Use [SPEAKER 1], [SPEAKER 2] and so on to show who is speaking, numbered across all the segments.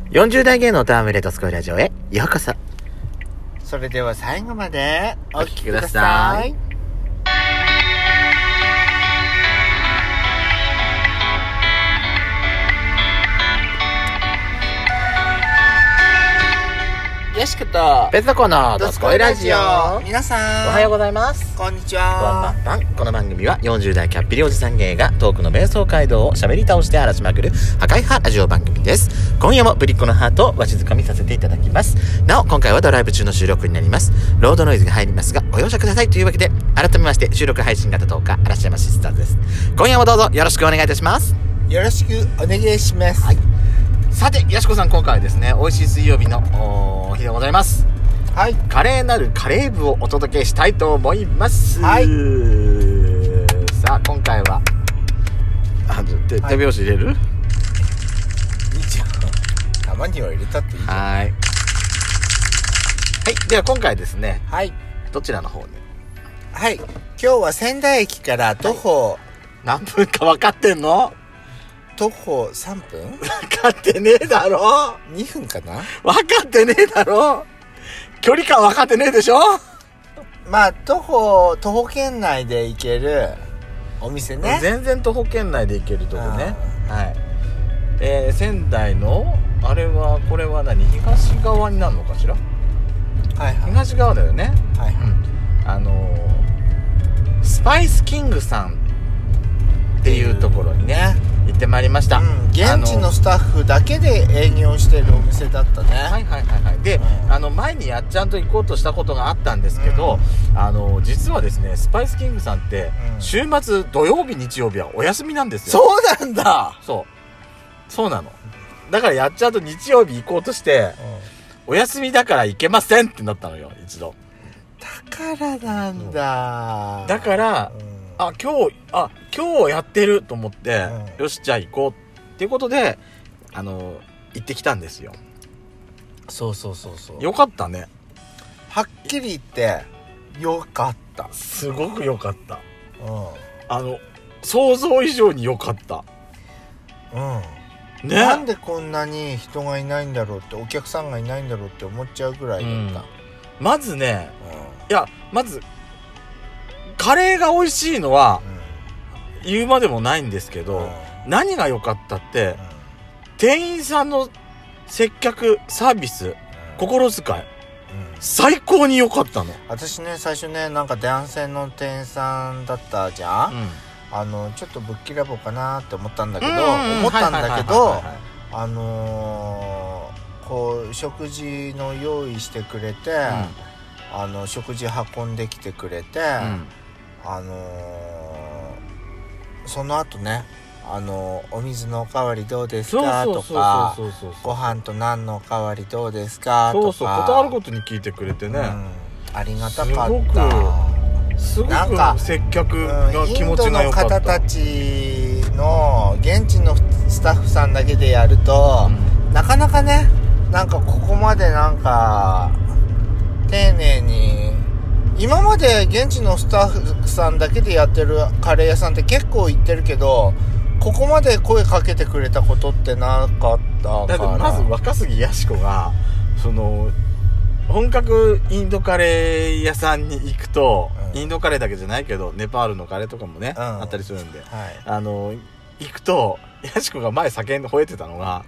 [SPEAKER 1] 40代芸能タームレトスコイラジオへようこそ。
[SPEAKER 2] それでは最後までお聞きくだ
[SPEAKER 1] お聞きくだ
[SPEAKER 2] さ
[SPEAKER 1] さい。
[SPEAKER 2] い。よしこと
[SPEAKER 1] ペットコのドスコイラジオ。
[SPEAKER 2] 皆さん
[SPEAKER 1] おはようございます。
[SPEAKER 2] こんにち
[SPEAKER 1] こんば
[SPEAKER 2] は。
[SPEAKER 1] んばん。この番組は40代キャッピリおじさん芸がトークの瞑想街道を喋り倒して荒らしまくる破壊派ラジオ番組です。今夜もぶりっ子のハートをわしづかみさせていただきます。なお今回はドライブ中の収録になります。ロードノイズが入りますがご容赦くださいというわけで、改めまして収録配信型10日嵐山シスターズです。今夜もどうぞよろしくお願いいたします。
[SPEAKER 2] よろしくお願いします。
[SPEAKER 1] はい。さてやしこさん、今回はですね、美味しい水曜日の日でございます。
[SPEAKER 2] はい。
[SPEAKER 1] 華麗なるカレー部をお届けしたいと思います。
[SPEAKER 2] はい。
[SPEAKER 1] さあ今回は手拍子入れる？
[SPEAKER 2] いいじゃん。たまには入れたっていいじゃん。
[SPEAKER 1] はい。では今回ですね、
[SPEAKER 2] はい。
[SPEAKER 1] どちらの方に
[SPEAKER 2] はい。今日は仙台駅から徒歩、
[SPEAKER 1] 何分か分かってんの？
[SPEAKER 2] 徒歩3分
[SPEAKER 1] 分かってねえだろ。
[SPEAKER 2] 2 分かな。
[SPEAKER 1] 分かってねえだろ。距離感分かってねえでしょ。
[SPEAKER 2] まあ徒歩圏内で行けるお店ね。
[SPEAKER 1] 全然徒歩圏内で行けるとこね。はい。仙台のこれは何、東側になるのかしら。
[SPEAKER 2] はいはい。
[SPEAKER 1] 東側だよね。
[SPEAKER 2] はいはい。
[SPEAKER 1] スパイスキングさんっていうところにね行ってまいりました。
[SPEAKER 2] 現地のスタッフだけで営業してるお店だったね。
[SPEAKER 1] はいはいはいはい。で、前にやっちゃんと行こうとしたことがあったんですけど、実はですね、スパイスキングさんって週末土曜日日曜日はお休みなんですよ。
[SPEAKER 2] そうなんだ。
[SPEAKER 1] そうなの。だからやっちゃんと日曜日行こうとして、お休みだから行けませんってなったのよ、一度。
[SPEAKER 2] だからなんだ。
[SPEAKER 1] だから、今日やってると思って、よしじゃあ行こうっていうことで行ってきたんですよ。
[SPEAKER 2] そう
[SPEAKER 1] よかったね。
[SPEAKER 2] はっきり言ってよかった。
[SPEAKER 1] すごくよかった。想像以上によかった。ね、
[SPEAKER 2] なんでこんなに人がいないんだろうって、お客さんがいないんだろうって思っちゃうぐらいだった。
[SPEAKER 1] まずね、まずカレーが美味しいのは言うまでもないんですけど、何が良かったって、店員さんの接客サービス、心遣い、最高に良かったの。
[SPEAKER 2] 私ね、最初ね、なんか男性の店員さんだったじゃん。ちょっとぶっきらぼうかなって思ったんだけど、こう食事の用意してくれて、食事運んできてくれて、その後ね、お水のおかわりどうですかとか、ご飯と何のおかわりどうですかとか、
[SPEAKER 1] ことあることに聞いてくれてね、
[SPEAKER 2] ありがたかった。
[SPEAKER 1] すごく接客が気持ちが良かった。
[SPEAKER 2] インドの方たちの現地のスタッフさんだけでやると、なかなかね、なんかここまでなんか丁寧に、今まで現地のスタッフさんだけでやってるカレー屋さんって結構行ってるけど、ここまで声かけてくれたことってなかったから。
[SPEAKER 1] だってまず若杉やしこが本格インドカレー屋さんに行くと、インドカレーだけじゃないけどネパールのカレーとかもね、あったりするんで、行くとやしこが前叫んで吠えてたのが、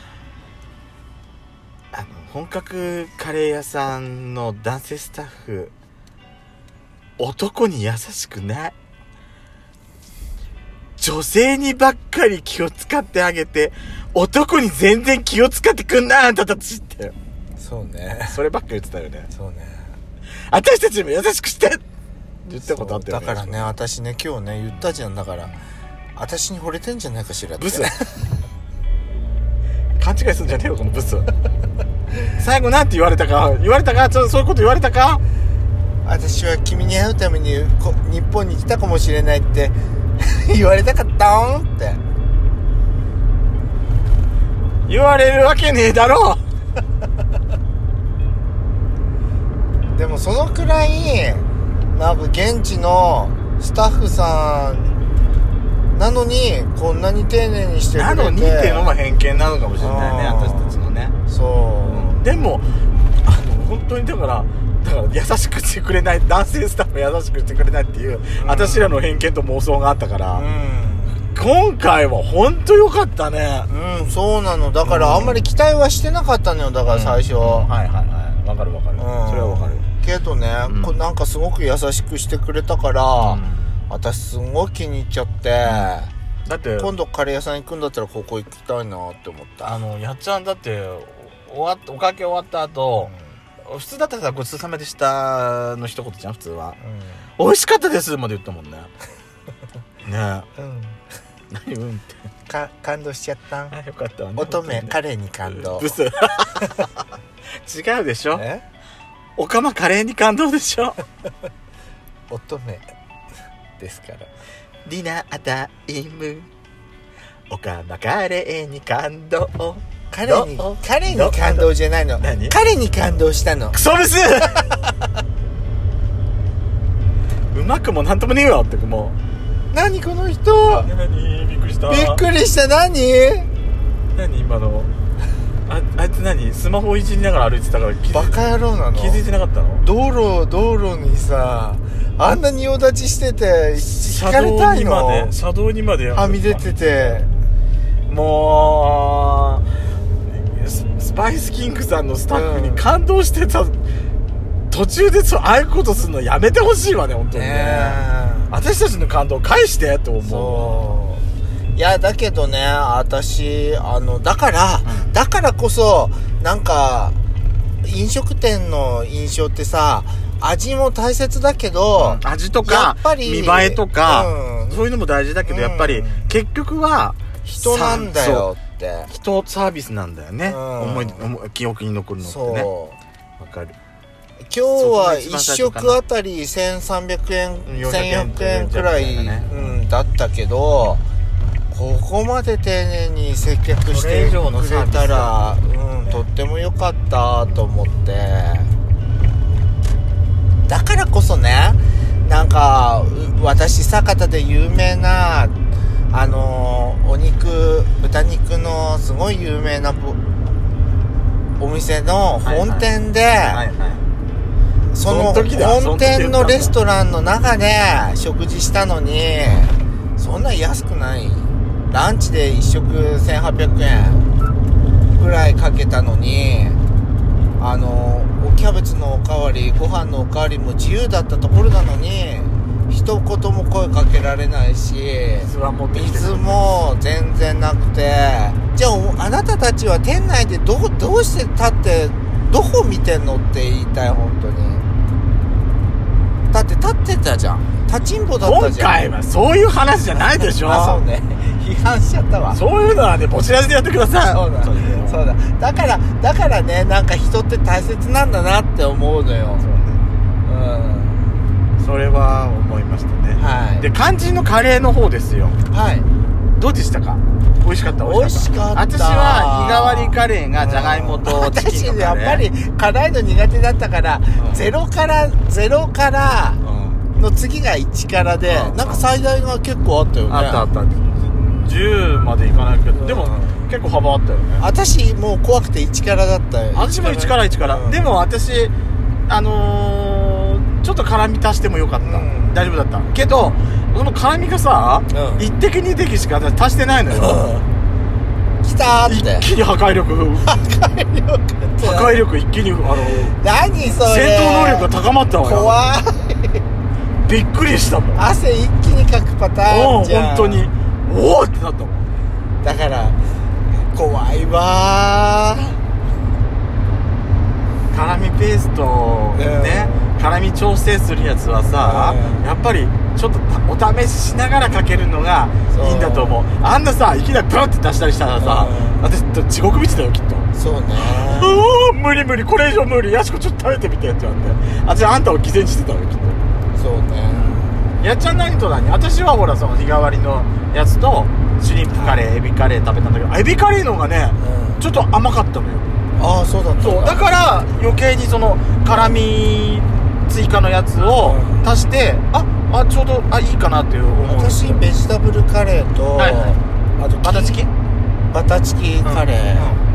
[SPEAKER 1] 本格カレー屋さんの男性スタッフ、男に優しくない、女性にばっかり気を使ってあげて、男に全然気を使ってくんな、あんたたちって。
[SPEAKER 2] そうね、
[SPEAKER 1] そればっかり言ってたよね。
[SPEAKER 2] そうね、
[SPEAKER 1] 私たちにも優しくしてって言ったことあったよね。
[SPEAKER 2] だからね、私ね、今日ね言ったじゃん。だから私に惚れてんじゃないかしらって。
[SPEAKER 1] ブス勘違いするんじゃねえよこのブス最後なんて言われたかちょっとそういうこと言われたか。
[SPEAKER 2] 私は君に会うために日本に来たかもしれないって言われたかったんって
[SPEAKER 1] 言われるわけねえだろ
[SPEAKER 2] でもそのくらいなんか現地のスタッフさんなのにこんなに丁寧にしてくれて、
[SPEAKER 1] なのにっていうのも偏見なのかもしれないね、私たちのね。 でも本当にだから優しくしてくれない、男性スタッフ優しくしてくれないっていう、私らの偏見と妄想があったから、今回は本当良かったね。
[SPEAKER 2] そうなの。だからあんまり期待はしてなかったのよ。だから最初、
[SPEAKER 1] はいはいはい、わかるわかる、それはわかる
[SPEAKER 2] けどね、なんかすごく優しくしてくれたから、私すごい気に入っちゃって、だって今度カレー屋さん行くんだったらここ行きたいなって思った。
[SPEAKER 1] やっちゃんだっておかけ終わった後、普通だったらさ、ごちそうさまでしたの一言じゃん普通は、美味しかったですまで言ったもんね。ねえ、何って
[SPEAKER 2] 感動しちゃったん。
[SPEAKER 1] よかったわね。
[SPEAKER 2] 乙女カレーに感動。
[SPEAKER 1] ブス違うでしょ、おかまカレーに感動でしょ。
[SPEAKER 2] 乙女ですから。
[SPEAKER 1] ディナータイム、おかまカレーに感動。
[SPEAKER 2] 彼に感動じゃないの。彼に感動したの。
[SPEAKER 1] クソブスうまくもなんともねえよっても
[SPEAKER 2] う。何この人。
[SPEAKER 1] 何びっくりした。
[SPEAKER 2] びっくりした。何
[SPEAKER 1] 今のあいつ何スマホいじりながら歩いてたから
[SPEAKER 2] バカ野郎なの。
[SPEAKER 1] 気づいてなかったの。
[SPEAKER 2] 道路にさ、あんな仁王立ちしてて引かれたいの。
[SPEAKER 1] 車道にまで
[SPEAKER 2] はみ出てて、
[SPEAKER 1] もうスパイスキングさんのスタッフに感動してた、途中でああいうことするのやめてほしいわね本当にね。私たちの感動返してと思う。
[SPEAKER 2] そう、いやだけどね、私だからこそなんか飲食店の印象ってさ、味も大切だけど、
[SPEAKER 1] 味とか
[SPEAKER 2] やっぱり
[SPEAKER 1] 見栄えとか、そういうのも大事だけど、やっぱり結局は
[SPEAKER 2] 人なんだよって、
[SPEAKER 1] 人サービスなんだよね、記憶に残るのってね。わかる。
[SPEAKER 2] 今日は1食あたり1300円1400円くらい、だったけど、ここまで丁寧に接客してくれたら、とっても良かったと思って。だからこそね、なんか私酒田で有名な豚肉のすごい有名なお店の本店で、その本店のレストランの中で食事したのに、そんな安くない。ランチで1食1800円くらいかけたのに、キャベツのおかわり、ご飯のおかわりも自由だったところなのに、一言も声かけられないし、水も全然なくて、じゃああなたたちは店内でどうして立ってどこ見てんのって言いたい。本当にだって立ってたじゃん、立ちんぼだったじゃん。
[SPEAKER 1] 今回はそういう話じゃないでしょ。
[SPEAKER 2] そうね、批判しちゃったわ。
[SPEAKER 1] そういうのはね、ぼちらじでやってください。
[SPEAKER 2] そうだからね、なんか人って大切なんだなって思うのよ。
[SPEAKER 1] それは思いましたね。で、肝心のカレーの方ですよ。どうでしたか。美味しかった。
[SPEAKER 2] 美味しかった。
[SPEAKER 1] 私は日替わりカレーがじゃがいもとチキンのカレー。
[SPEAKER 2] 私やっぱり辛いの苦手だったから、ゼロからの次が1からで、なんか最大が結構あったよね。
[SPEAKER 1] あった。10までいかないけど、でも結構幅あったよね。
[SPEAKER 2] 私もう怖くて1からだったよ。
[SPEAKER 1] 私も1から、でも私ちょっと辛み足してもよかった、大丈夫だったけど、その辛みがさ、1滴2滴しか足してないのよ。
[SPEAKER 2] きたーって、
[SPEAKER 1] 一気に破壊力一気に
[SPEAKER 2] 何それ、
[SPEAKER 1] 戦闘能力が高まったわよ。
[SPEAKER 2] 怖い。
[SPEAKER 1] びっくりしたもん。
[SPEAKER 2] 汗一気にかくパターンじゃん。
[SPEAKER 1] 本当におーってなったもん。
[SPEAKER 2] だから怖いわ
[SPEAKER 1] ー。辛みペーストね、辛み調整するやつはさ、やっぱりちょっとお試ししながらかけるのがいいんだと思う。あんなさ、いきなりブラッて出したりしたらさ、私地獄道だよきっと。
[SPEAKER 2] そうね。
[SPEAKER 1] 無理これ以上無理。やしこちょっと食べてみてって言われて、あんたを犠牲にしてたよきっと。
[SPEAKER 2] そうね。
[SPEAKER 1] やっちゃん何と何。私はほらその日替わりのやつとシュリンプカレー、エビカレー食べたんだけど、エビカレーの方がね、ちょっと甘かったのよ。
[SPEAKER 2] ああ、そうだった。
[SPEAKER 1] そうだから余計にその辛み追加のやつを足して、ちょうどいいかなっていう思う。
[SPEAKER 2] 私ベジタブルカレーと、あとバタチキカレー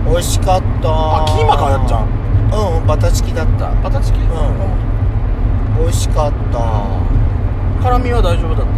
[SPEAKER 2] 美味しかった。
[SPEAKER 3] あ、キーマかやっちゃん。
[SPEAKER 2] うん、バタチキだった。
[SPEAKER 3] バタチキ。
[SPEAKER 2] 美味しかった。
[SPEAKER 3] 辛みは大丈夫だった？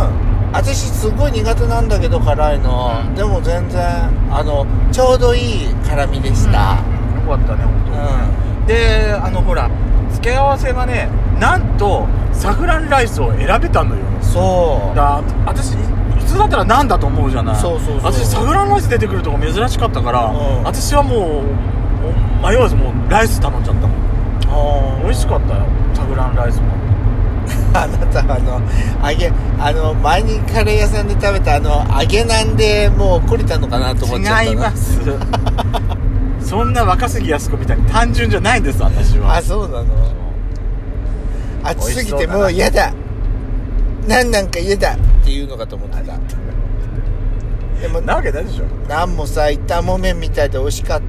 [SPEAKER 2] 私すごい苦手なんだけど辛いの、でも全然ちょうどいい辛みでした。
[SPEAKER 3] よかったね、本当に。で、ほら付け合わせがね、なんとサフランライスを選べたのよ。
[SPEAKER 2] そう
[SPEAKER 3] だ、私普通だったらなんだと思うじゃない。
[SPEAKER 2] そう
[SPEAKER 3] 私サフランライス出てくるとこ珍しかったから、私はもう迷わずもうライス頼んじゃったもん。美味しかったよ、サフランライスも。
[SPEAKER 2] あなた前にカレー屋さんで食べた揚げなんでもう懲りたのかなと思っちゃった。
[SPEAKER 3] 違いますそんな若杉靖子みたいに単純じゃないんです、私は。
[SPEAKER 2] あ、そうなの。暑すぎてもう嫌だ、なんか嫌だっていうのかと思ってた。でも
[SPEAKER 3] なわけないでしょ。
[SPEAKER 2] なんもさ、炒も麺みたいで美味しかった。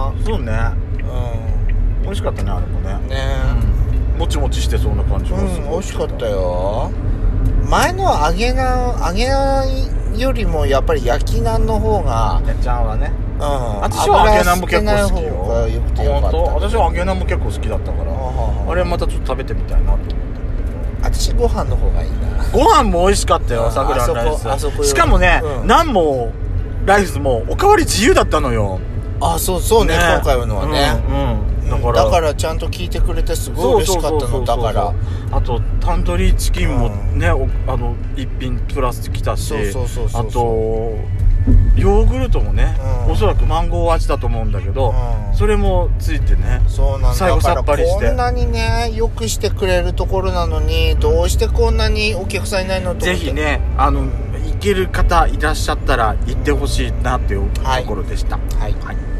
[SPEAKER 3] そうね、美味しかったね、あれもね。もちもちしてそうな感じがする。
[SPEAKER 2] 美味しかったよ。前の揚げなんよりもやっぱり焼きなんの方が、
[SPEAKER 3] やっちゃんはね、私は揚げなんも結構好きよ。私は揚げなんも結構好きだったから、あれまたちょっと食べてみたいなと思って。
[SPEAKER 2] 私ご飯の方がいいな。
[SPEAKER 3] ご飯も美味しかったよ、サフランライス。しかもね、ナンもライスもおかわり自由だったのよ。
[SPEAKER 2] あ、そうね、今回のはね。だからちゃんと聞いてくれてすごい嬉しかったの。だから
[SPEAKER 3] あとタンドリーチキンもね、一品プラス来たし、あとヨーグルトもね、おそらくマンゴー味だと思うんだけど、それもついてね、最後さっぱりして。
[SPEAKER 2] こんなにねよくしてくれるところなのに、どうしてこんなにお客さんいないのと思って。
[SPEAKER 3] ぜひね、行ける方いらっしゃったら行ってほしいなっていうところでした。
[SPEAKER 2] はい。